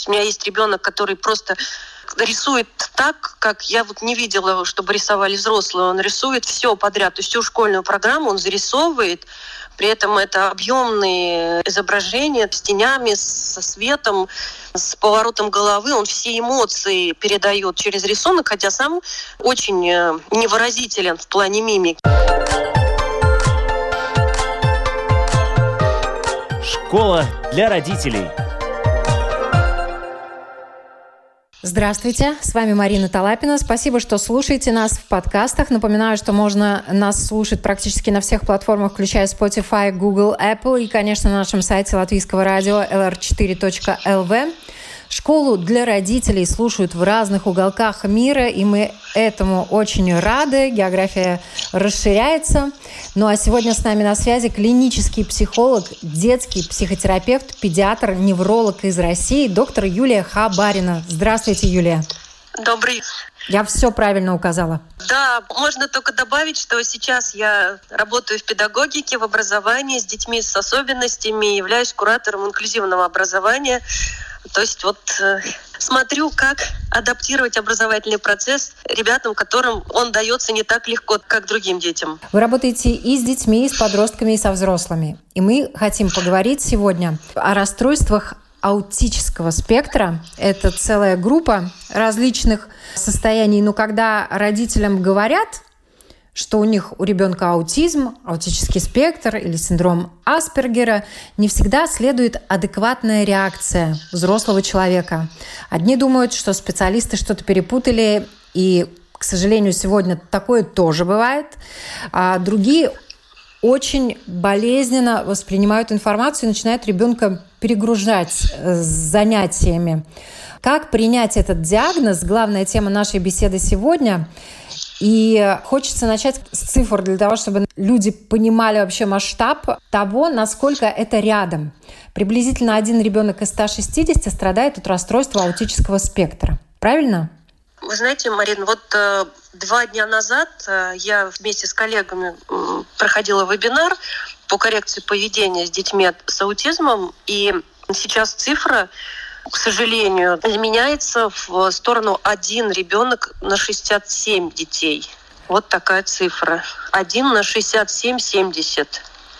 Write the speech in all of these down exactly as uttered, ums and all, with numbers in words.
есть у меня есть ребенок, который просто рисует так, как я вот не видела, чтобы рисовали взрослые. Он рисует все подряд, то есть всю школьную программу он зарисовывает. При этом это объемные изображения с тенями, со светом, с поворотом головы. Он все эмоции передает через рисунок, хотя сам очень невыразителен в плане мимики. Школа для родителей. Здравствуйте, с вами Марина Талапина. Спасибо, что слушаете нас в подкастах. Напоминаю, что можно нас слушать практически на всех платформах, включая Spotify, Google, Apple и, конечно, на нашем сайте латвийского радио эл эр четыре точка эл ви. Школу для родителей слушают в разных уголках мира, и мы этому очень рады. География расширяется. Ну а сегодня с нами на связи клинический психолог, детский психотерапевт, педиатр, невролог из России, доктор Юлия Хабарина. Здравствуйте, Юлия. Добрый. Я все правильно указала. Да, можно только добавить, что сейчас я работаю в педагогике, в образовании с детьми с особенностями, являюсь куратором инклюзивного образования. То есть вот э, смотрю, как адаптировать образовательный процесс ребятам, которым он дается не так легко, как другим детям. Вы работаете и с детьми, и с подростками, и со взрослыми. И мы хотим поговорить сегодня о расстройствах аутического спектра. Это целая группа различных состояний. Но когда родителям говорят, что у них у ребенка аутизм, аутический спектр или синдром Аспергера, не всегда следует адекватная реакция взрослого человека. Одни думают, что специалисты что-то перепутали, и, к сожалению, сегодня такое тоже бывает, а другие очень болезненно воспринимают информацию и начинают ребенка перегружать занятиями. Как принять этот диагноз? Главная тема нашей беседы сегодня. И хочется начать с цифр для того, чтобы люди понимали вообще масштаб того, насколько это рядом. Приблизительно один ребенок из ста шестидесяти страдает от расстройства аутического спектра. Правильно? Вы знаете, Марин, вот э, два дня назад э, я вместе с коллегами э, проходила вебинар по коррекции поведения с детьми с аутизмом, и сейчас цифра, к сожалению, изменяется в сторону один ребенок на шестьдесят семь детей. Вот такая цифра. Один на шестьдесят семь семьдесят.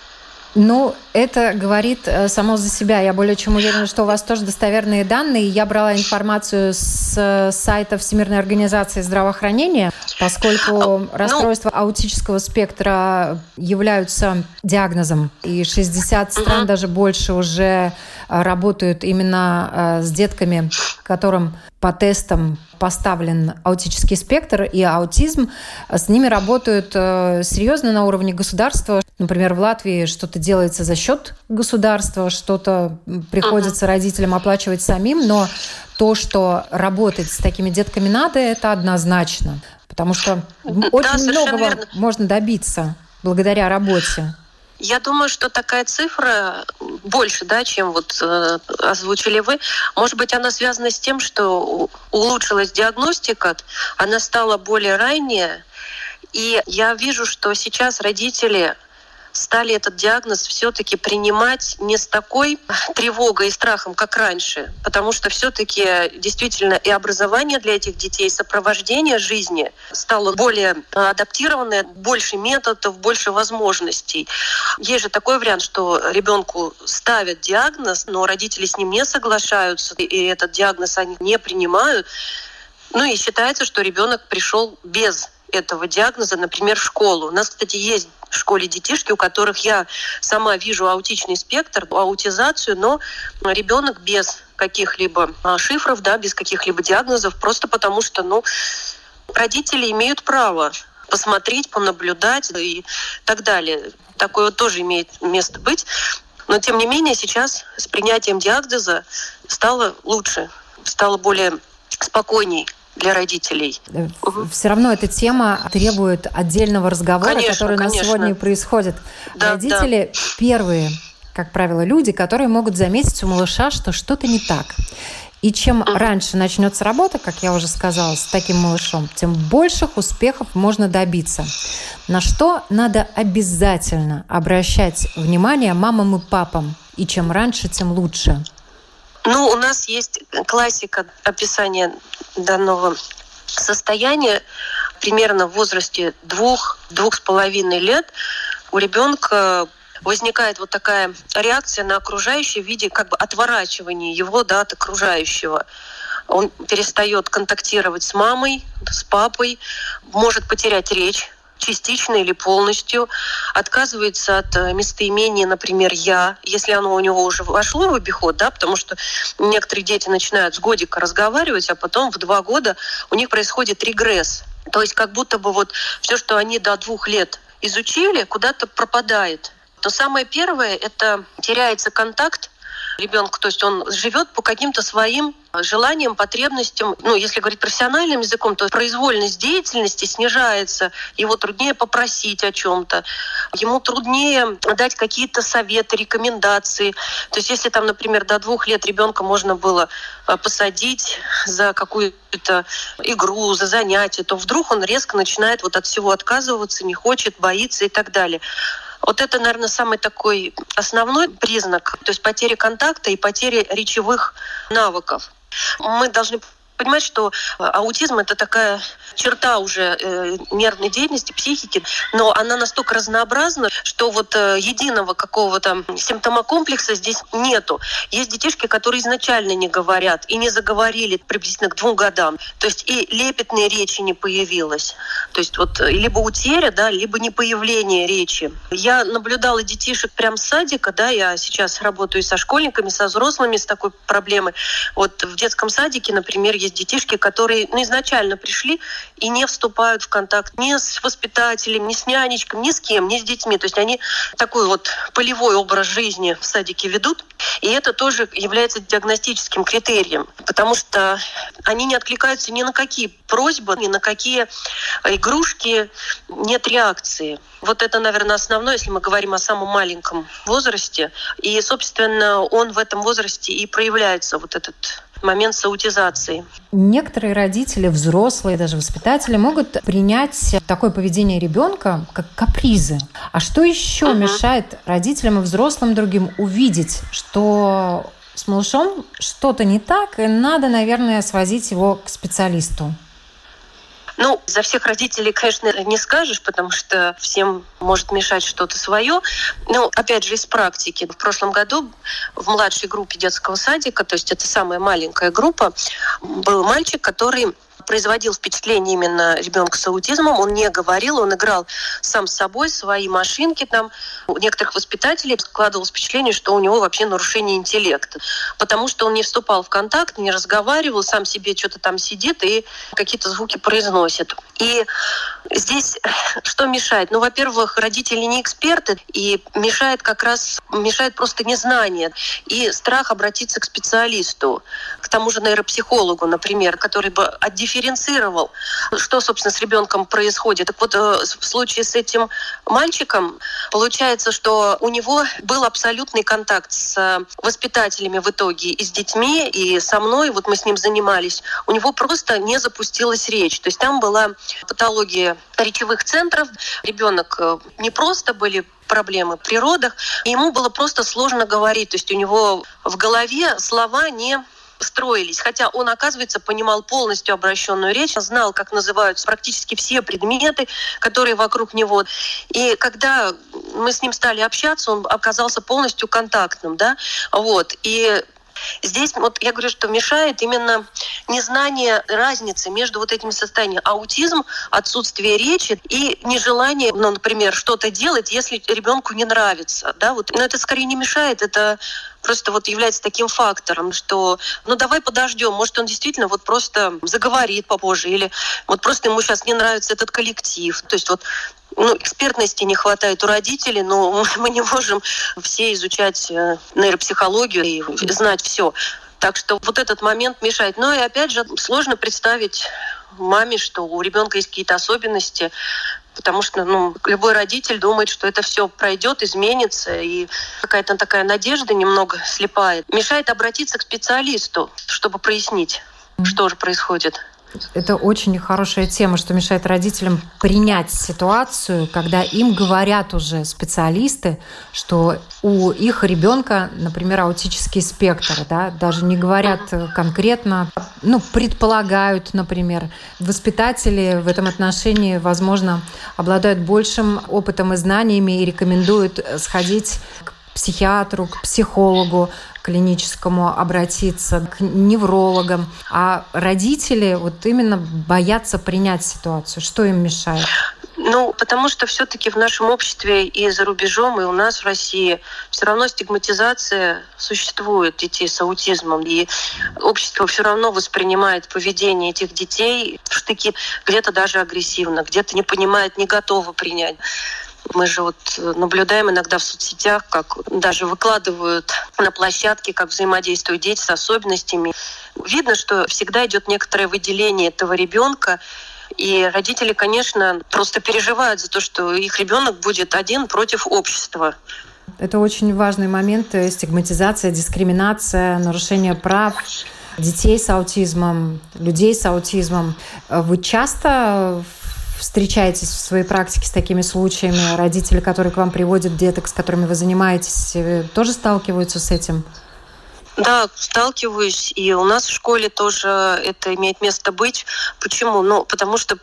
Ну, это говорит само за себя. Я более чем уверена, что у вас тоже достоверные данные. Я брала информацию с сайта Всемирной организации здравоохранения, поскольку ну, расстройства аутического спектра являются диагнозом. И шестьдесят стран, угу. даже больше, уже работают именно с детками, которым по тестам поставлен аутический спектр и аутизм. С ними работают серьезно на уровне государства. Например, в Латвии что-то делается за счет государства, что-то приходится uh-huh. родителям оплачивать самим, но то, что работать с такими детками надо, это однозначно. Потому что да, очень многого верно. Можно добиться благодаря работе. Я думаю, что такая цифра больше, да, чем вот э, озвучили вы. Может быть, она связана с тем, что улучшилась диагностика, она стала более ранняя. И я вижу, что сейчас родители стали этот диагноз все-таки принимать не с такой тревогой и страхом, как раньше, потому что все-таки действительно и образование для этих детей, сопровождение жизни стало более адаптированное, больше методов, больше возможностей. Есть же такой вариант, что ребенку ставят диагноз, но родители с ним не соглашаются, и этот диагноз они не принимают. Ну и считается, что ребенок пришел без этого диагноза, например, в школу. У нас, кстати, есть в школе детишки, у которых я сама вижу аутичный спектр, аутизацию, но ребенок без каких-либо шифров, да, без каких-либо диагнозов, просто потому что, ну, родители имеют право посмотреть, понаблюдать и так далее. Такое вот тоже имеет место быть. Но, тем не менее, сейчас с принятием диагноза стало лучше, стало более спокойней для родителей. Все равно эта тема требует отдельного разговора, конечно, который конечно. у нас сегодня происходит. Да, Родители да. первые, как правило, люди, которые могут заметить у малыша, что что-то не так. И чем uh-huh. раньше начнется работа, как я уже сказала, с таким малышом, тем больших успехов можно добиться. На что надо обязательно обращать внимание мамам и папам. И чем раньше, тем лучше. Ну, у нас есть классика описания данного состояния. Примерно в возрасте двух, двух с половиной лет у ребенка возникает вот такая реакция на окружающее в виде как бы отворачивания его, да, от окружающего. Он перестает контактировать с мамой, с папой, может потерять речь частично или полностью, отказывается от местоимения, например, «я», если оно у него уже вошло в обиход, да, потому что некоторые дети начинают с годика разговаривать, а потом в два года у них происходит регресс. То есть как будто бы вот все, что они до двух лет изучили, куда-то пропадает. То самое первое – это теряется контакт ребенка, то есть он живет по каким-то своим желаниям, потребностям. Ну, если говорить профессиональным языком, то произвольность деятельности снижается, его труднее попросить о чем-то, ему труднее дать какие-то советы, рекомендации. То есть если там, например, до двух лет ребенка можно было посадить за какую-то игру, за занятие, то вдруг он резко начинает вот от всего отказываться, не хочет, боится и так далее. Вот это, наверное, самый такой основной признак, то есть потери контакта и потери речевых навыков. Мы должны понимать, что аутизм – это такая черта уже э, нервной деятельности, психики, но она настолько разнообразна, что вот э, единого какого-то симптомокомплекса здесь нету. Есть детишки, которые изначально не говорят и не заговорили приблизительно к двум годам. То есть и лепетной речи не появилось. То есть вот либо утеря, да, либо не появление речи. Я наблюдала детишек прям с садика, да, я сейчас работаю со школьниками, со взрослыми с такой проблемой. Вот в детском садике, например, есть детишки, которые ну, изначально пришли и не вступают в контакт ни с воспитателем, ни с нянечком, ни с кем, ни с детьми. То есть они такой вот полевой образ жизни в садике ведут. И это тоже является диагностическим критерием, потому что они не откликаются ни на какие просьбы, ни на какие игрушки, нет реакции. Вот это, наверное, основное, если мы говорим о самом маленьком возрасте. И, собственно, он в этом возрасте и проявляется, вот этот момент с аутизацией. Некоторые родители, взрослые, даже воспитатели могут принять такое поведение ребенка как капризы. А что еще uh-huh. мешает родителям и взрослым другим увидеть, что с малышом что-то не так, и надо, наверное, свозить его к специалисту? Ну, за всех родителей, конечно, не скажешь, потому что всем может мешать что-то свое. Но, опять же, из практики. В прошлом году в младшей группе детского садика, то есть это самая маленькая группа, был мальчик, который производил впечатление именно ребенка с аутизмом. Он не говорил, он играл сам с собой, свои машинки там. У некоторых воспитателей складывалось впечатление, что у него вообще нарушение интеллекта, потому что он не вступал в контакт, не разговаривал, сам себе что-то там сидит и какие-то звуки произносит. И здесь что мешает? Ну, во-первых, родители не эксперты, и мешает как раз, мешает просто незнание и страх обратиться к специалисту, к тому же нейропсихологу, например, который бы отдифференцировал, что, собственно, с ребенком происходит. Так вот, в случае с этим мальчиком получается, что у него был абсолютный контакт с воспитателями в итоге и с детьми, и со мной, вот мы с ним занимались. У него просто не запустилась речь. То есть там была патология речевых центров. Ребенок не просто были проблемы при родах, и ему было просто сложно говорить. То есть у него в голове слова не строились, хотя он, оказывается, понимал полностью обращенную речь, знал, как называются практически все предметы, которые вокруг него. И когда мы с ним стали общаться, он оказался полностью контактным, да, вот. И здесь вот я говорю, что мешает именно незнание разницы между вот этими состояниями. Аутизм, отсутствие речи и нежелание, ну, например, что-то делать, если ребенку не нравится. Да? Вот. Но это скорее не мешает, это просто вот является таким фактором, что ну давай подождем, может он действительно вот просто заговорит попозже, или вот просто ему сейчас не нравится этот коллектив. То есть вот ну, экспертности не хватает у родителей, но мы не можем все изучать нейропсихологию и знать все. Так что вот этот момент мешает. Но и опять же сложно представить маме, что у ребенка есть какие-то особенности, потому что ну, любой родитель думает, что это все пройдет, изменится, и какая-то такая надежда немного слепая. Мешает обратиться к специалисту, чтобы прояснить, что же происходит. Это очень хорошая тема, что мешает родителям принять ситуацию, когда им говорят уже специалисты, что у их ребенка, например, аутический спектр, да, даже не говорят конкретно, ну, предполагают, например. Воспитатели в этом отношении, возможно, обладают большим опытом и знаниями и рекомендуют сходить к психиатру, к психологу клиническому, обратиться, к неврологам. А родители вот именно боятся принять ситуацию. Что им мешает? Ну, потому что все-таки в нашем обществе и за рубежом, и у нас в России все равно стигматизация существует детей с аутизмом. И общество все равно воспринимает поведение этих детей в штыки, где-то даже агрессивно, где-то не понимает, не готово принять. Мы же вот наблюдаем иногда в соцсетях, как даже выкладывают на площадке, как взаимодействуют дети с особенностями. Видно, что всегда идет некоторое выделение этого ребенка. И родители, конечно, просто переживают за то, что их ребенок будет один против общества. Это очень важный момент. Стигматизация, дискриминация, нарушение прав детей с аутизмом, людей с аутизмом. Вы часто встречаетесь в своей практике с такими случаями? Родители, которые к вам приводят деток, с которыми вы занимаетесь, тоже сталкиваются с этим? Да, сталкиваюсь. И у нас в школе тоже это имеет место быть. Почему? Ну, потому что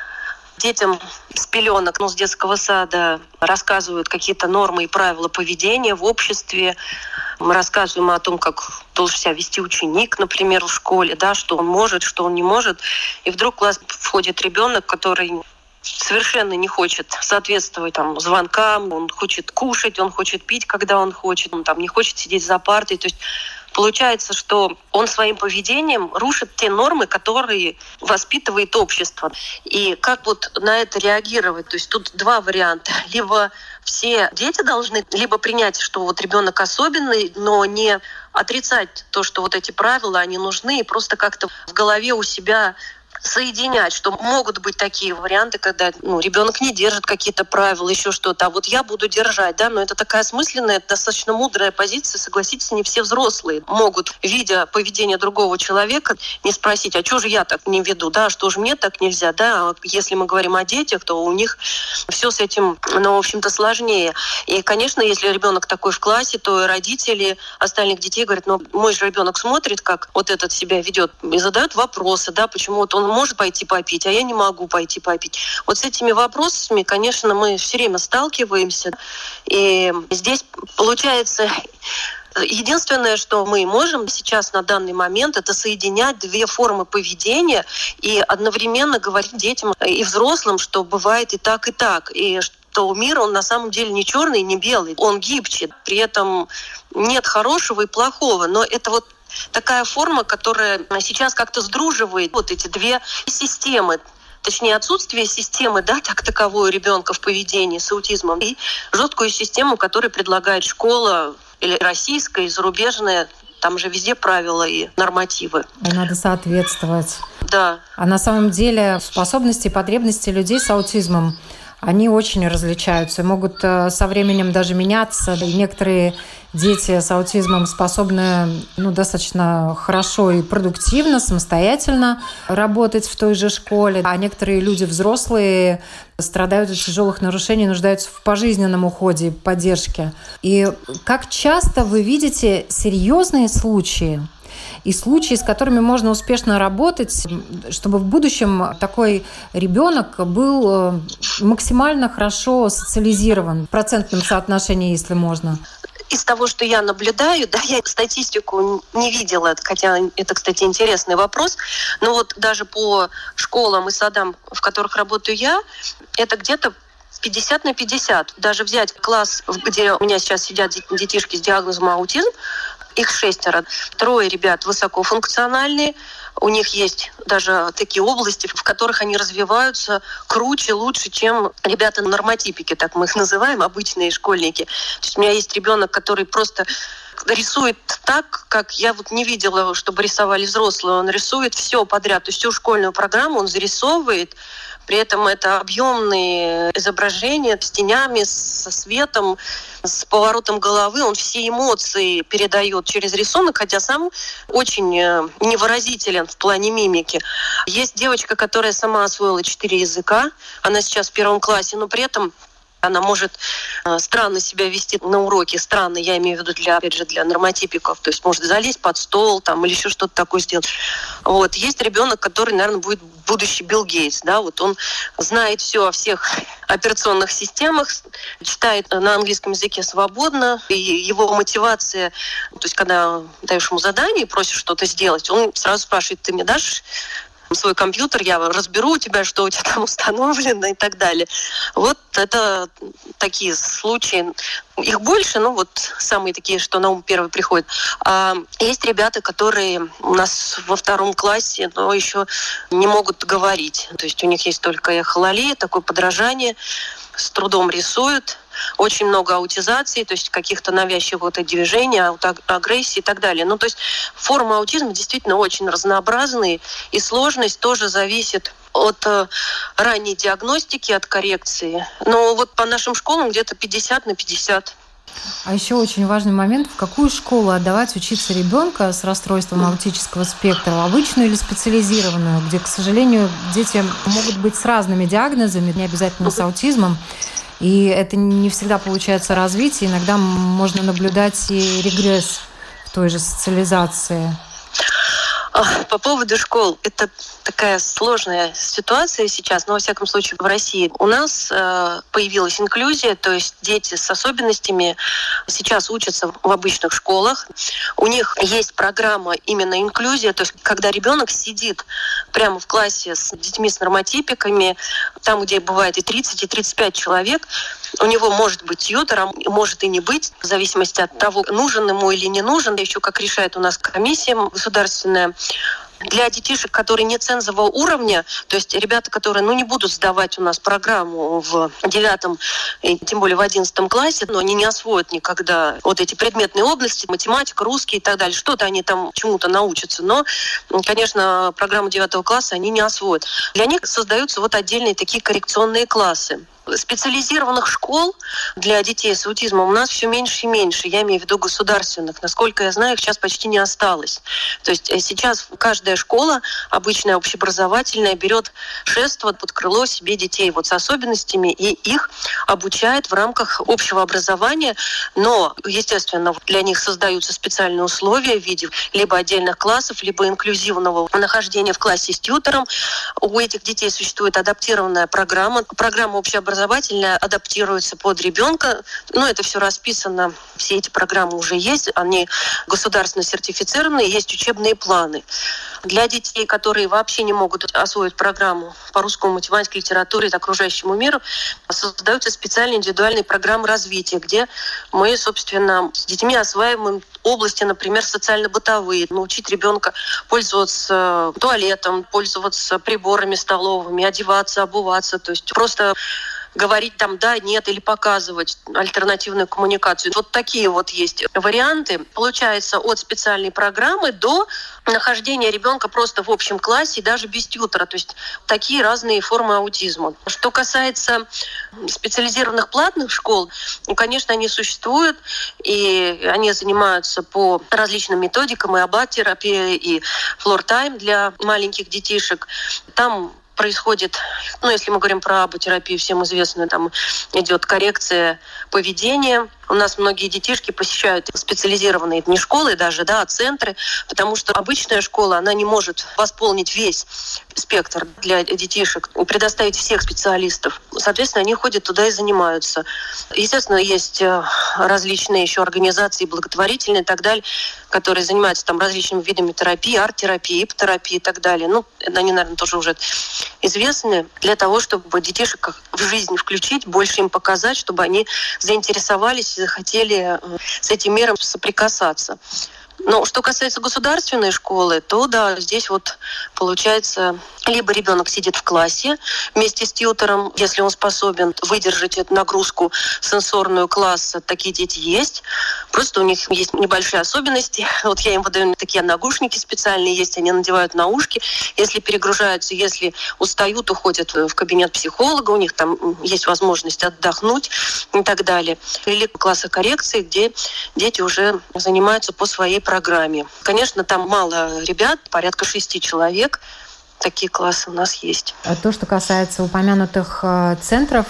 детям с пеленок, ну, с детского сада рассказывают какие-то нормы и правила поведения в обществе. Мы рассказываем о том, как должен себя вести ученик, например, в школе, да, что он может, что он не может. И вдруг в класс входит ребенок, который совершенно не хочет соответствовать там звонкам, он хочет кушать, он хочет пить, когда он хочет, он там не хочет сидеть за партой. То есть получается, что он своим поведением рушит те нормы, которые воспитывает общество. И как вот на это реагировать? То есть тут два варианта. Либо все дети должны либо принять, что вот ребенок особенный, но не отрицать то, что вот эти правила, они нужны, и просто как-то в голове у себя соединять, что могут быть такие варианты, когда ну, ребенок не держит какие-то правила, еще что-то, а вот я буду держать, да, но это такая осмысленная, достаточно мудрая позиция, согласитесь, не все взрослые могут, видя поведение другого человека, не спросить, а что же я так не веду, да, что же мне так нельзя, да, а если мы говорим о детях, то у них все с этим, ну, в общем-то, сложнее. И, конечно, если ребенок такой в классе, то и родители остальных детей говорят, ну, мой же ребенок смотрит, как вот этот себя ведет, и задают вопросы, да, почему вот он может пойти попить, а я не могу пойти попить. Вот с этими вопросами, конечно, мы все время сталкиваемся. И здесь получается единственное, что мы можем сейчас на данный момент, это соединять две формы поведения и одновременно говорить детям и взрослым, что бывает и так, и так. И что мир, он на самом деле не черный, не белый, он гибче. При этом нет хорошего и плохого. Но это вот такая форма, которая сейчас как-то сдруживает вот эти две системы. Точнее, отсутствие системы, да, так таковой у ребенка в поведении с аутизмом, и жесткую систему, которую предлагает школа или российская, и зарубежная. Там же везде правила и нормативы. И надо соответствовать. Да. А на самом деле способности и потребности людей с аутизмом, они очень различаются и могут со временем даже меняться. И некоторые дети с аутизмом способны ну, достаточно хорошо и продуктивно, самостоятельно работать в той же школе. А некоторые люди взрослые страдают от тяжелых нарушений, нуждаются в пожизненном уходе и поддержке. И как часто вы видите серьезные случаи, и случаи, с которыми можно успешно работать, чтобы в будущем такой ребенок был максимально хорошо социализирован в процентном соотношении, если можно? Из того, что я наблюдаю, да, я статистику не видела, хотя это, кстати, интересный вопрос, но вот даже по школам и садам, в которых работаю я, это где-то пятьдесят на пятьдесят. Даже взять класс, где у меня сейчас сидят детишки с диагнозом аутизм, их шестеро. Трое ребят высокофункциональные. У них есть даже такие области, в которых они развиваются круче, лучше, чем ребята нормотипики, так мы их называем, обычные школьники. То есть у меня есть ребенок, который просто рисует так, как я вот не видела, чтобы рисовали взрослые. Он рисует все подряд, то есть всю школьную программу он зарисовывает. При этом это объемные изображения с тенями, со светом, с поворотом головы. Он все эмоции передает через рисунок, хотя сам очень невыразителен в плане мимики. Есть девочка, которая сама освоила четыре языка. Она сейчас в первом классе, но при этом она может э, странно себя вести на уроке. Странно, я имею в виду, для, опять же, для нормотипиков. То есть может залезть под стол там, или еще что-то такое сделать. Вот. Есть ребенок, который, наверное, будет будущий Билл Гейтс. Да? Вот он знает все о всех операционных системах, читает на английском языке свободно. И его мотивация, то есть когда даешь ему задание и просишь что-то сделать, он сразу спрашивает: ты мне дашь свой компьютер, я разберу у тебя, что у тебя там установлено и так далее. Вот это такие случаи. Их больше, но вот самые такие, что на ум первые приходят. А есть ребята, которые у нас во втором классе, но еще не могут говорить. То есть у них есть только эхололия, такое подражание, с трудом рисуют. Очень много аутизации, то есть каких-то навязчивых вот движений, агрессии и так далее. Ну, то есть формы аутизма действительно очень разнообразные, и сложность тоже зависит от э, ранней диагностики, от коррекции. Но вот по нашим школам где-то пятьдесят на пятьдесят. А еще очень важный момент: в какую школу отдавать учиться ребенка с расстройством аутического спектра, в обычную или специализированную, где, к сожалению, дети могут быть с разными диагнозами, не обязательно с аутизмом. И это не всегда получается развить, и иногда можно наблюдать и регресс в той же социализации. По поводу школ, это такая сложная ситуация сейчас, но во всяком случае в России у нас э, появилась инклюзия, то есть дети с особенностями сейчас учатся в обычных школах. У них есть программа именно инклюзия, то есть когда ребенок сидит прямо в классе с детьми с нормотипиками, там, где бывает и тридцать, и тридцать пять человек, у него может быть тьютор, а может и не быть, в зависимости от того, нужен ему или не нужен. Еще как решает у нас комиссия государственная. Для детишек, которые не цензового уровня, то есть ребята, которые ну, не будут сдавать у нас программу в девятом, и тем более в одиннадцатом классе, но они не освоят никогда вот эти предметные области, математика, русский и так далее. Что-то они там чему-то научатся, но, конечно, программу девятого класса они не освоят. Для них создаются вот отдельные такие коррекционные классы. Специализированных школ для детей с аутизмом у нас все меньше и меньше. Я имею в виду государственных. Насколько я знаю, их сейчас почти не осталось. То есть сейчас каждая школа, обычная общеобразовательная, берет шество под крыло себе детей вот с особенностями и их обучает в рамках общего образования. Но, естественно, для них создаются специальные условия в виде либо отдельных классов, либо инклюзивного нахождения в классе с тьютором. У этих детей существует адаптированная программа. Программа общеобразовательная адаптируется под ребенка. Но это все расписано, все эти программы уже есть, они государственно сертифицированы, есть учебные планы. Для детей, которые вообще не могут освоить программу по русскому, математике, литературе и окружающему миру, создаются специальные индивидуальные программы развития, где мы, собственно, с детьми осваиваем области, например, социально-бытовые, научить ребенка пользоваться туалетом, пользоваться приборами столовыми, одеваться, обуваться, то есть просто говорить там «да», «нет» или показывать альтернативную коммуникацию. Вот такие вот есть варианты. Получается, от специальной программы до нахождения ребенка просто в общем классе, даже без тьютора. То есть такие разные формы аутизма. Что касается специализированных платных школ, ну, конечно, они существуют, и они занимаются по различным методикам, и АБА-терапия, и флор-тайм для маленьких детишек. Там происходит, ну, если мы говорим про аботерапию, всем известно, там идет коррекция поведения. У нас многие детишки посещают специализированные не школы даже, да, а центры, потому что обычная школа, она не может восполнить весь спектр для детишек, предоставить всех специалистов. Соответственно, они ходят туда и занимаются. Естественно, есть различные еще организации благотворительные и так далее, которые занимаются там различными видами терапии, арт-терапии, ипотерапии и так далее. Ну, они, наверное, тоже уже известны для того, чтобы детишек в жизнь включить, больше им показать, чтобы они заинтересовались и захотели с этим миром соприкасаться. Но что касается государственной школы, то да, здесь вот получается, либо ребенок сидит в классе вместе с тьютором, если он способен выдержать эту нагрузку сенсорную класса, такие дети есть. Просто у них есть небольшие особенности. Вот я им выдаю такие наушники специальные есть, они надевают наушки. Если перегружаются, если устают, уходят в кабинет психолога, у них там есть возможность отдохнуть и так далее. Или классы коррекции, где дети уже занимаются по своей программе. Конечно, там мало ребят, порядка шести человек. Такие классы у нас есть. А то, что касается упомянутых э, центров,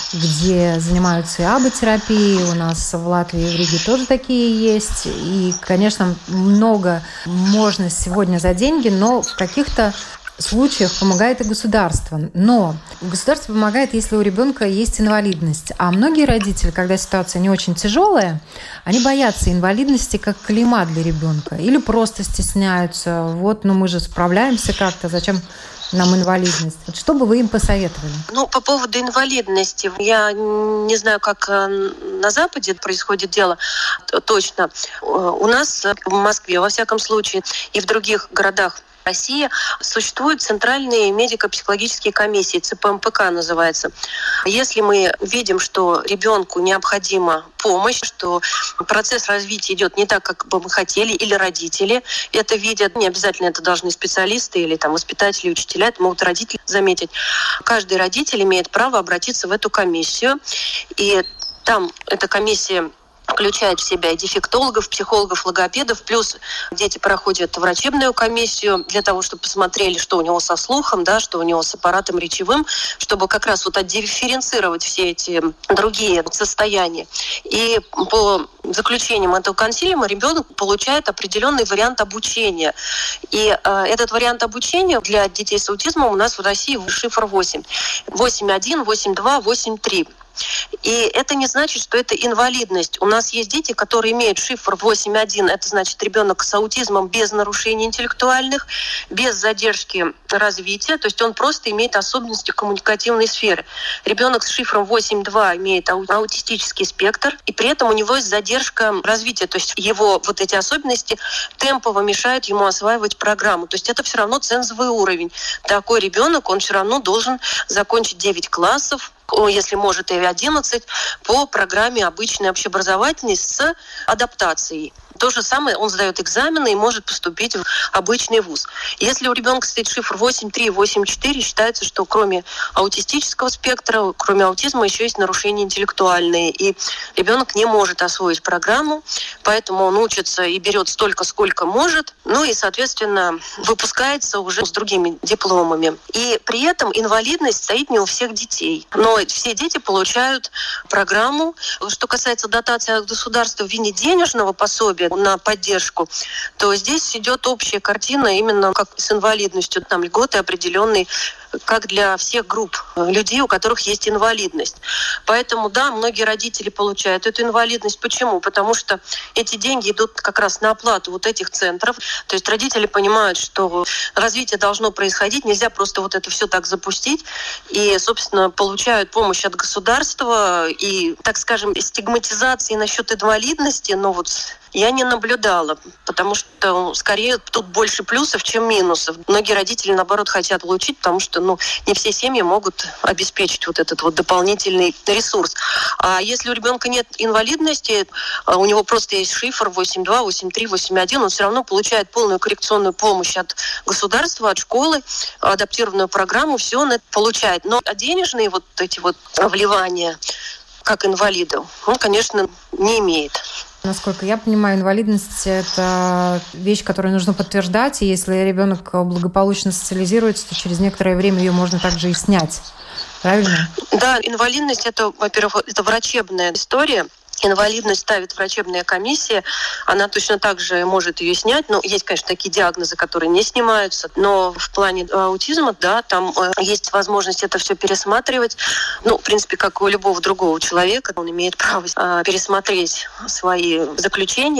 где занимаются и аботерапией, у нас в Латвии и в Риге тоже такие есть. И, конечно, много можно сегодня за деньги, но в каких-то случаях помогает и государство. Но государство помогает, если у ребенка есть инвалидность. А многие родители, когда ситуация не очень тяжелая, они боятся инвалидности как клейма для ребенка. Или просто стесняются. Вот, ну мы же справляемся как-то, зачем нам инвалидность? Вот что бы вы им посоветовали? Ну, по поводу инвалидности, я не знаю, как на Западе происходит дело точно. У нас в Москве, во всяком случае, и в других городах России существуют центральные медико-психологические комиссии, цэ пэ эм пэ ка называется. Если мы видим, что ребенку необходима помощь, что процесс развития идет не так, как бы мы хотели, или родители это видят, не обязательно это должны специалисты или там воспитатели, учителя, это могут родители заметить. Каждый родитель имеет право обратиться в эту комиссию, и там эта комиссия включает в себя и дефектологов, психологов, логопедов, плюс дети проходят врачебную комиссию для того, чтобы посмотрели, что у него со слухом, да, что у него с аппаратом речевым, чтобы как раз вот отдифференцировать все эти другие состояния. И по заключениям этого консилиума ребенок получает определенный вариант обучения. И э, этот вариант обучения для детей с аутизмом у нас в России шифр восемь. восемь один, восемь два, восемь три. И это не значит, что это инвалидность. У нас есть дети, которые имеют шифр восемь один. Это значит ребенок с аутизмом без нарушений интеллектуальных, без задержки развития. То есть он просто имеет особенности коммуникативной сферы. Ребенок с шифром восемь два имеет ау- аутистический спектр, и при этом у него есть задержка развития. То есть его вот эти особенности темпово мешают ему осваивать программу. То есть это все равно цензовый уровень. Такой ребенок, он все равно должен закончить девять классов, если может, и одиннадцать, по программе обычной общеобразовательной с адаптацией. То же самое, он сдает экзамены и может поступить в обычный вуз. Если у ребенка стоит шифр восемь три, восемь четыре, считается, что кроме аутистического спектра, кроме аутизма, еще есть нарушения интеллектуальные. И ребенок не может освоить программу, поэтому он учится и берет столько, сколько может, ну и, соответственно, выпускается уже с другими дипломами. И при этом инвалидность стоит не у всех детей. Но все дети получают программу. Что касается дотации от государства в виде денежного пособия на поддержку, то здесь идет общая картина именно как с инвалидностью. Там льготы определенные, как для всех групп людей, у которых есть инвалидность. Поэтому, да, многие родители получают эту инвалидность. Почему? Потому что эти деньги идут как раз на оплату вот этих центров. То есть родители понимают, что развитие должно происходить, нельзя просто вот это все так запустить. И, собственно, получают помощь от государства. И, так скажем, стигматизации насчет инвалидности, ну вот я не наблюдала, потому что скорее тут больше плюсов, чем минусов. Многие родители, наоборот, хотят получить, потому что ну, не все семьи могут обеспечить вот этот вот дополнительный ресурс. А если у ребенка нет инвалидности, у него просто есть шифр восемь два, восемь три, восемь один, он все равно получает полную коррекционную помощь от государства, от школы, адаптированную программу, все он это получает. Но денежные вот эти вот вливания, как инвалиду, он, конечно, не имеет. Насколько я понимаю, инвалидность – это вещь, которую нужно подтверждать, и если ребенок благополучно социализируется, то через некоторое время ее можно также и снять. Правильно? Да, инвалидность – это, во-первых, это врачебная история. Инвалидность ставит врачебная комиссия, она точно так же может ее снять. Ну, есть, конечно, такие диагнозы, которые не снимаются, но в плане аутизма, да, там есть возможность это все пересматривать. Ну, в принципе, как у любого другого человека, он имеет право пересмотреть свои заключения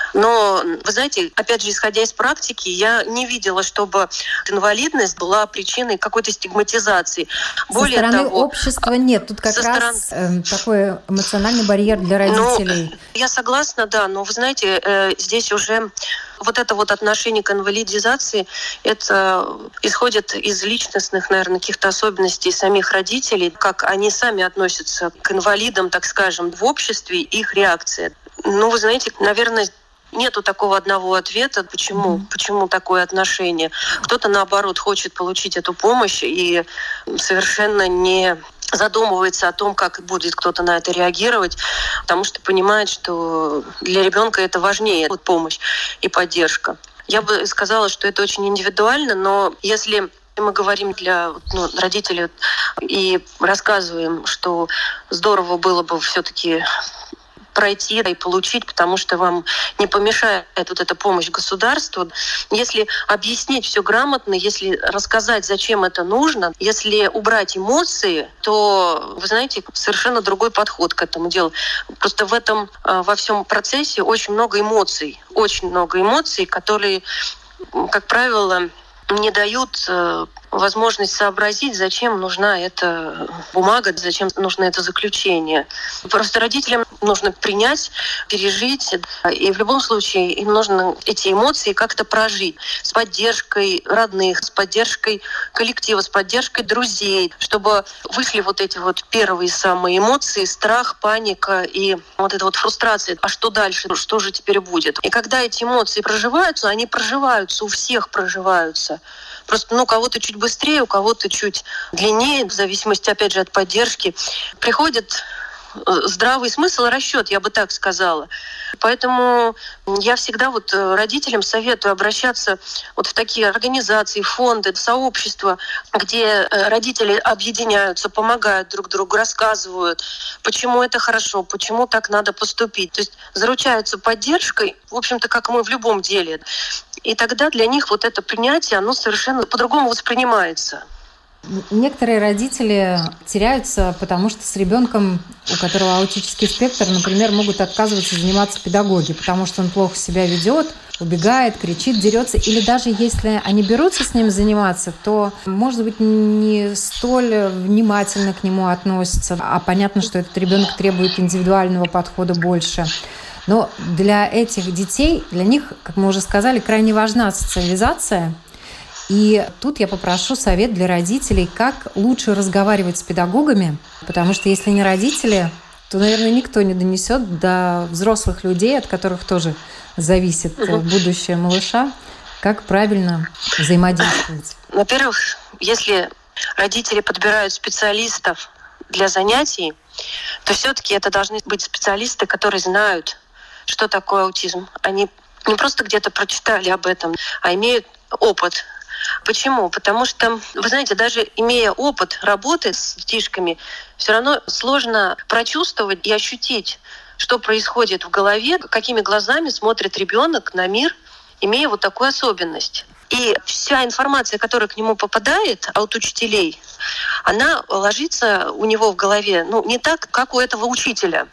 Но, вы знаете, опять же, исходя из практики, я не видела, чтобы инвалидность была причиной какой-то стигматизации. Более со стороны того, общества нет. Тут как раз стороны... э, такой эмоциональный барьер для родителей. Ну, я согласна, да, но вы знаете, э, здесь уже вот это вот отношение к инвалидизации, это исходит из личностных, наверное, каких-то особенностей самих родителей, как они сами относятся к инвалидам, так скажем, в обществе, их реакция. Ну, вы знаете, наверное, нету такого одного ответа, почему, mm-hmm. почему такое отношение. Кто-то, наоборот, хочет получить эту помощь и совершенно не задумывается о том, как будет кто-то на это реагировать, потому что понимает, что для ребенка это важнее, вот помощь и поддержка. Я бы сказала, что это очень индивидуально, но если мы говорим для ну, родителей и рассказываем, что здорово было бы все-таки пройти и получить, потому что вам не помешает вот эта помощь государству. Если объяснить все грамотно, если рассказать, зачем это нужно, если убрать эмоции, то, вы знаете, совершенно другой подход к этому делу. Просто в этом, во всем процессе очень много эмоций, очень много эмоций, которые, как правило, не дают э, возможность сообразить, зачем нужна эта бумага, зачем нужно это заключение. Просто родителям нужно принять, пережить, и в любом случае им нужно эти эмоции как-то прожить с поддержкой родных, с поддержкой коллектива, с поддержкой друзей, чтобы вышли вот эти вот первые самые эмоции, страх, паника и вот эта вот фрустрация. А что дальше? Что же теперь будет? И когда эти эмоции проживаются, они проживаются, у всех проживаются. Просто, ну, у кого-то чуть быстрее, у кого-то чуть длиннее, в зависимости, опять же, от поддержки. Приходит здравый смысл и расчет, я бы так сказала. Поэтому я всегда вот родителям советую обращаться вот в такие организации, фонды, сообщества, где родители объединяются, помогают друг другу, рассказывают, почему это хорошо, почему так надо поступить. То есть заручаются поддержкой, в общем-то, как мы в любом деле. И тогда для них вот это принятие, оно совершенно по-другому воспринимается. Некоторые родители теряются, потому что с ребенком, у которого аутический спектр, например, могут отказываться заниматься педагоги, потому что он плохо себя ведет, убегает, кричит, дерется. Или даже если они берутся с ним заниматься, то, может быть, не столь внимательно к нему относятся. А понятно, что этот ребенок требует индивидуального подхода больше. Но для этих детей, для них, как мы уже сказали, крайне важна социализация. И тут я попрошу совет для родителей, как лучше разговаривать с педагогами, потому что если не родители, то, наверное, никто не донесет до взрослых людей, от которых тоже зависит будущее малыша, как правильно взаимодействовать. Во-первых, если родители подбирают специалистов для занятий, то все-таки это должны быть специалисты, которые знают, что такое аутизм. Они не просто где-то прочитали об этом, а имеют опыт. Почему? Потому что, вы знаете, даже имея опыт работы с детишками, все равно сложно прочувствовать и ощутить, что происходит в голове, какими глазами смотрит ребенок на мир, имея вот такую особенность. И вся информация, которая к нему попадает от учителей, она ложится у него в голове, ну, не так, как у этого учителя.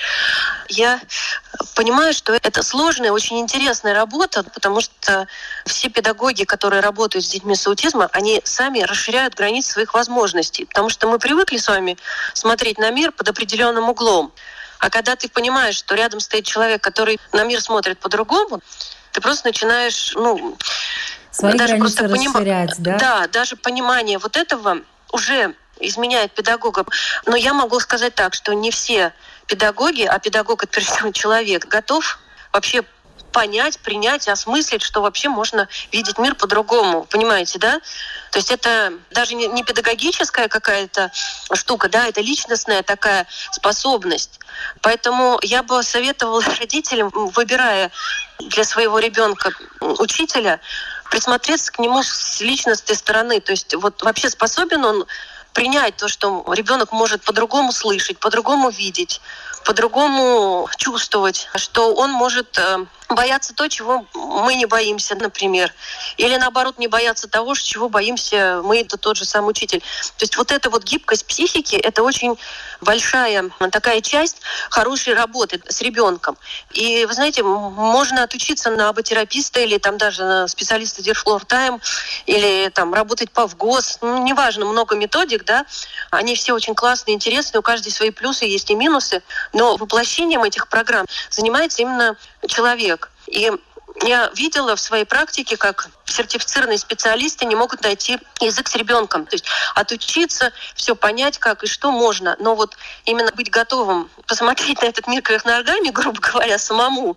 Я понимаю, что это сложная, очень интересная работа, потому что все педагоги, которые работают с детьми с аутизмом, они сами расширяют границы своих возможностей, потому что мы привыкли с вами смотреть на мир под определенным углом. А когда ты понимаешь, что рядом стоит человек, который на мир смотрит по-другому, ты просто начинаешь, ну, свои даже границы расширять, поним... да? Да, даже понимание вот этого уже изменяет педагога. Но я могу сказать так, что не все педагоги, а педагог — это прежде всего человек, готов вообще понять, принять, осмыслить, что вообще можно видеть мир по-другому. Понимаете, да? То есть это даже не, не педагогическая какая-то штука, да, это личностная такая способность. Поэтому я бы советовала родителям, выбирая для своего ребенка учителя, присмотреться к нему с личностной стороны. То есть вот вообще способен он принять то, что ребенок может по-другому слышать, по-другому видеть, по-другому чувствовать, что он может боятся то, чего мы не боимся, например. Или, наоборот, не боятся того, чего боимся мы, это тот же самый учитель. То есть вот эта вот гибкость психики – это очень большая такая часть хорошей работы с ребенком. И, вы знаете, можно отучиться на аботераписта или там даже на специалиста Dear Time, или там работать по ВГОС. Ну, неважно, много методик, да. Они все очень классные, интересные, у каждой свои плюсы есть и минусы. Но воплощением этих программ занимается именно человек. И я видела в своей практике, как сертифицированные специалисты не могут найти язык с ребенком. То есть отучиться, все понять, как и что можно. Но вот именно быть готовым посмотреть на этот мир кверх ногами, грубо говоря, самому,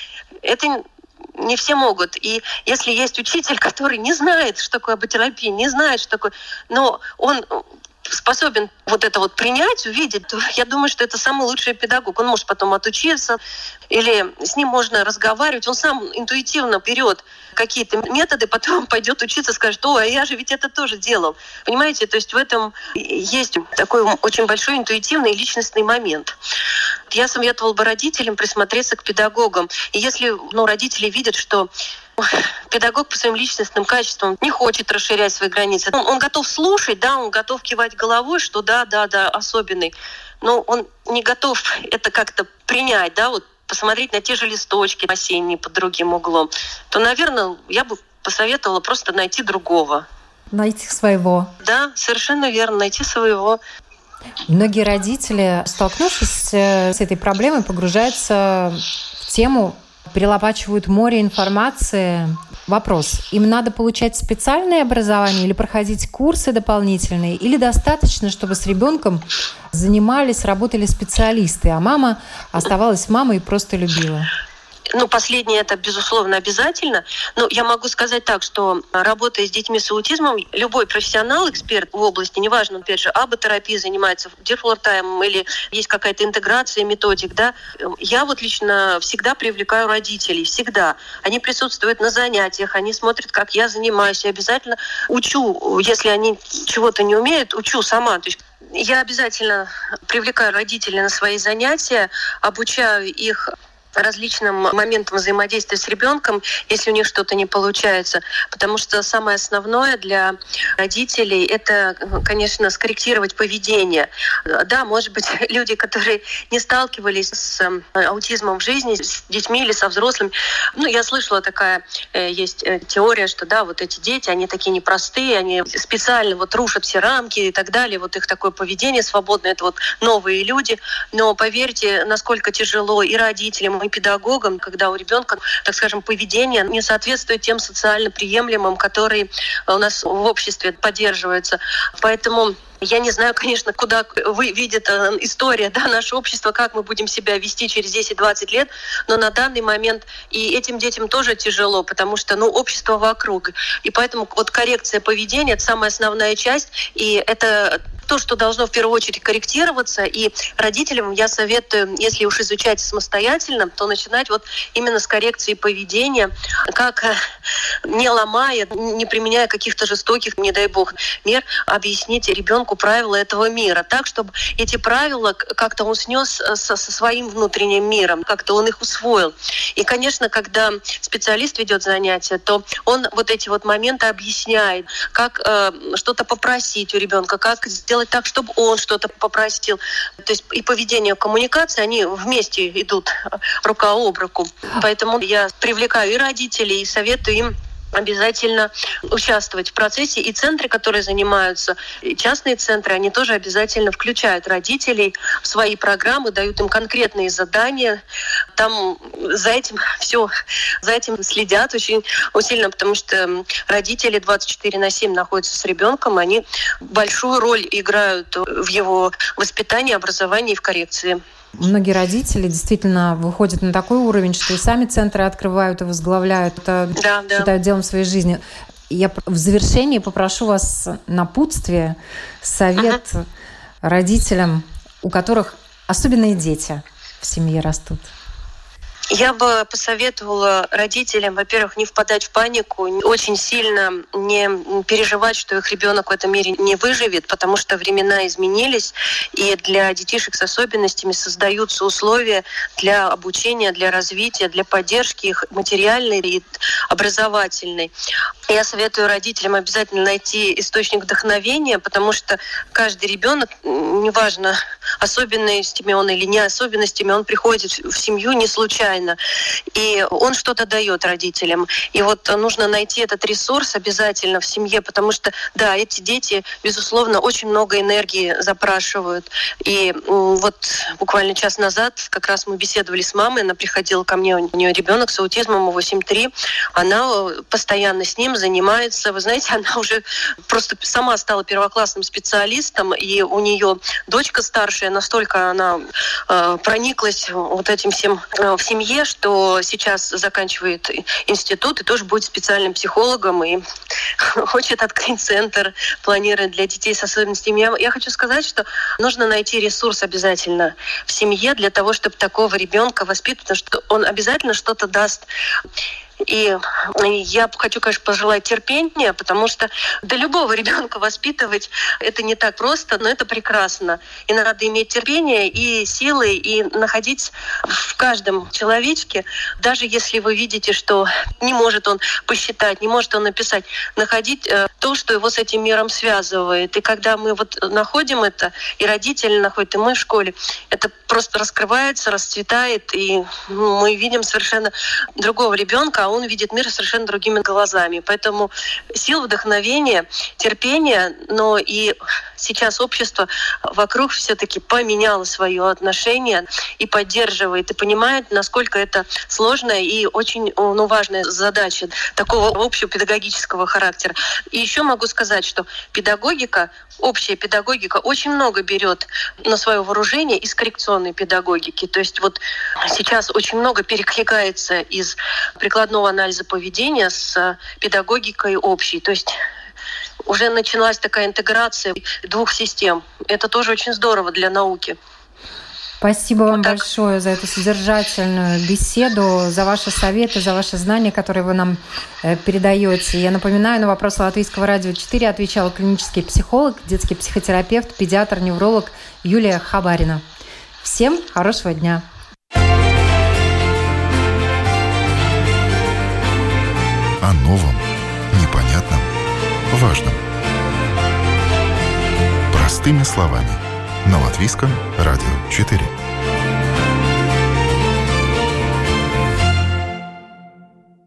это не все могут. И если есть учитель, который не знает, что такое аботерапия, не знает, что такое, но он способен вот это вот принять, увидеть, то я думаю, что это самый лучший педагог. Он может потом отучиться, или с ним можно разговаривать. Он сам интуитивно берет какие-то методы, потом пойдет учиться, скажет: о, а я же ведь это тоже делал. Понимаете? То есть в этом есть такой очень большой интуитивный и личностный момент. Я советовала бы родителям присмотреться к педагогам. И если ну, родители видят, что педагог по своим личностным качествам не хочет расширять свои границы. Он, он готов слушать, да, он готов кивать головой, что да, да, да, особенный. Но он не готов это как-то принять, да, вот посмотреть на те же листочки осенние под другим углом. То, наверное, я бы посоветовала просто найти другого. Найти своего. Да, совершенно верно, найти своего. Многие родители, столкнувшись с этой проблемой, погружаются в тему, перелопачивают море информации. Вопрос: им надо получать специальное образование или проходить курсы дополнительные, или достаточно, чтобы с ребенком занимались, работали специалисты, а мама оставалась мамой и просто любила? Ну, последнее это, безусловно, обязательно. Но я могу сказать так, что работая с детьми с аутизмом, любой профессионал, эксперт в области, неважно, опять же, аботерапией занимается, Dear Time, или есть какая-то интеграция методик, да, я вот лично всегда привлекаю родителей, всегда. Они присутствуют на занятиях, они смотрят, как я занимаюсь, я обязательно учу, если они чего-то не умеют, учу сама. То есть я обязательно привлекаю родителей на свои занятия, обучаю их различным моментам взаимодействия с ребенком, если у них что-то не получается. Потому что самое основное для родителей — это, конечно, скорректировать поведение. Да, может быть, люди, которые не сталкивались с аутизмом в жизни, с детьми или со взрослыми. Ну, я слышала, такая есть теория, что да, вот эти дети, они такие непростые, они специально вот рушат все рамки и так далее. Вот их такое поведение свободное, это вот новые люди. Но поверьте, насколько тяжело и родителям, и педагогам, когда у ребенка, так скажем, поведение не соответствует тем социально приемлемым, которые у нас в обществе поддерживаются. Поэтому я не знаю, конечно, куда вы видит история, да, наше общество, как мы будем себя вести через десять-двадцать лет, но на данный момент и этим детям тоже тяжело, потому что, ну, общество вокруг. И поэтому вот коррекция поведения — это самая основная часть, и это то, что должно в первую очередь корректироваться. И родителям я советую, если уж изучать самостоятельно, то начинать вот именно с коррекции поведения, как, не ломая, не применяя каких-то жестоких, не дай бог, мер, объяснить ребенку правила этого мира, так, чтобы эти правила как-то он снес со, со своим внутренним миром, как-то он их усвоил. И, конечно, когда специалист ведет занятия, то он вот эти вот моменты объясняет, как э, что-то попросить у ребенка, как сделать так, чтобы он что-то попросил. То есть и поведение, и коммуникация, они вместе идут рука об руку. Поэтому я привлекаю и родителей, и советую им обязательно участвовать в процессе. И центры, которые занимаются, и частные центры, они тоже обязательно включают родителей в свои программы, дают им конкретные задания. Там за этим все, за этим следят очень усиленно, потому что родители двадцать четыре на семь находятся с ребенком, они большую роль играют в его воспитании, образовании и в коррекции. Многие родители действительно выходят на такой уровень, что и сами центры открывают и возглавляют, это да, да. считают делом своей жизни. Я в завершении попрошу вас напутствие, совет ага. родителям, у которых особенные дети в семье растут. Я бы посоветовала родителям, во-первых, не впадать в панику, очень сильно не переживать, что их ребенок в этом мире не выживет, потому что времена изменились, и для детишек с особенностями создаются условия для обучения, для развития, для поддержки их материальной и образовательной. Я советую родителям обязательно найти источник вдохновения, потому что каждый ребенок, неважно, особенностями он или не особенностями, он приходит в семью не случайно. И он что-то дает родителям. И вот нужно найти этот ресурс обязательно в семье, потому что, да, эти дети, безусловно, очень много энергии запрашивают. И вот буквально час назад как раз мы беседовали с мамой, она приходила ко мне, у нее ребенок с аутизмом восемь три, она постоянно с ним занимается. Вы знаете, она уже просто сама стала первоклассным специалистом, и у нее дочка старшая, настолько она э, прониклась вот этим всем э, в семье, что сейчас заканчивает институт и тоже будет специальным психологом и хочет открыть центр, планирует для детей с особенностями. Я, я хочу сказать, что нужно найти ресурс обязательно в семье для того, чтобы такого ребенка воспитывать, потому что он обязательно что-то даст. И я хочу, конечно, пожелать терпения, потому что да любого ребенка воспитывать это не так просто, но это прекрасно. И надо иметь терпение и силы, и находить в каждом человечке, даже если вы видите, что не может он посчитать, не может он написать, находить то, что его с этим миром связывает. И когда мы вот находим это, и родители находят, и мы в школе, это просто раскрывается, расцветает, и мы видим совершенно другого ребенка, а он видит мир совершенно другими глазами. Поэтому сил, вдохновения, терпения, но и сейчас общество вокруг все-таки поменяло свое отношение и поддерживает, и понимает, насколько это сложная и очень ну, важная задача такого общего педагогического характера. И еще могу сказать, что педагогика, общая педагогика очень много берет на свое вооружение из коррекционной педагогики. То есть вот сейчас очень много перекликается из прикладного анализа поведения с педагогикой общей. То есть уже началась такая интеграция двух систем. Это тоже очень здорово для науки. Спасибо вам вот большое за эту содержательную беседу, за ваши советы, за ваши знания, которые вы нам э, передаете. Я напоминаю, на вопрос Латвийского радио четыре отвечала клинический психолог, детский психотерапевт, педиатр, невролог Юлия Хабарина. Всем хорошего дня! О новом, непонятном, важном. Простыми словами. На Латвийском радио четыре.